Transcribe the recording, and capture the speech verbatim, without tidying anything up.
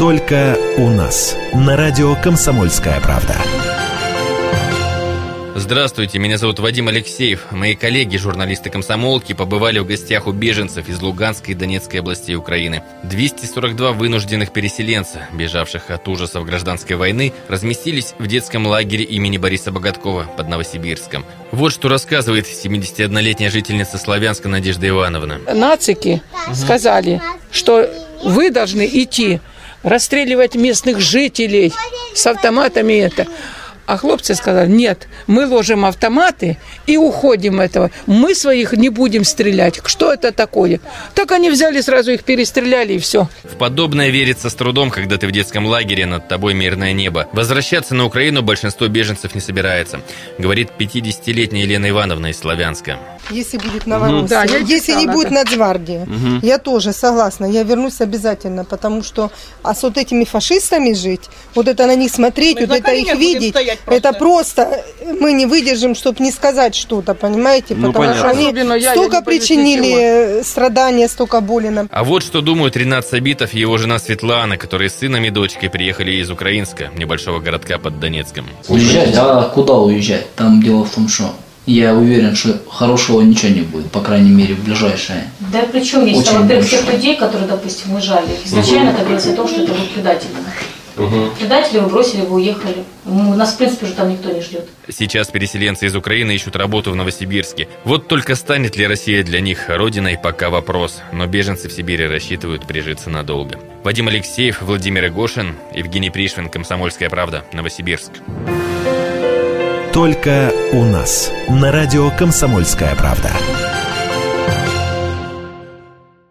Только у нас. На радио «Комсомольская правда». Здравствуйте, меня зовут Вадим Алексеев. Мои коллеги, журналисты «Комсомолки», побывали в гостях у беженцев из Луганской и Донецкой областей Украины. двести сорок два вынужденных переселенца, бежавших от ужасов гражданской войны, разместились в детском лагере имени Бориса Богаткова под Новосибирском. Вот что рассказывает семидесятиоднолетняя жительница Славянска Надежда Ивановна. Нацики угу. сказали, что вы должны идти расстреливать местных жителей с автоматами это. А хлопцы сказали, нет, мы ложим автоматы и уходим от этого. Мы своих не будем стрелять. Что это такое? Так они взяли, сразу их перестреляли и все. В подобное верится с трудом, когда ты в детском лагере, над тобой мирное небо. Возвращаться на Украину большинство беженцев не собирается, говорит пятидесятилетняя Елена Ивановна из Славянска. Если будет Новороссия, да, если не будет Нацгвардии, угу. я тоже согласна, я вернусь обязательно, потому что а с вот этими фашистами жить, вот это на них смотреть, мы вот это их видеть, просто. Это просто мы не выдержим, чтобы не сказать что-то, понимаете, ну, потому понятно. Что они я, столько я причинили ничего. Страдания, столько боли нам. А вот что думают Ренат Сабитов и его жена Светлана, которые с сыном и дочкой приехали из Украинска, небольшого городка под Донецком. Уезжать? А куда уезжать? Там дело в том, что я уверен, что хорошего ничего не будет, по крайней мере, в ближайшее. Да причем есть, там, во-первых, тех людей, которые, допустим, уезжали, изначально угу. говорилось о том, что это будут предатели. Угу. Предатели вы бросили, вы уехали. Нас, в принципе, уже там никто не ждет. Сейчас переселенцы из Украины ищут работу в Новосибирске. Вот только станет ли Россия для них родиной, пока вопрос. Но беженцы в Сибири рассчитывают прижиться надолго. Вадим Алексеев, Владимир Игошин, Евгений Пришвин, «Комсомольская правда», Новосибирск. Только у нас. На радио «Комсомольская правда».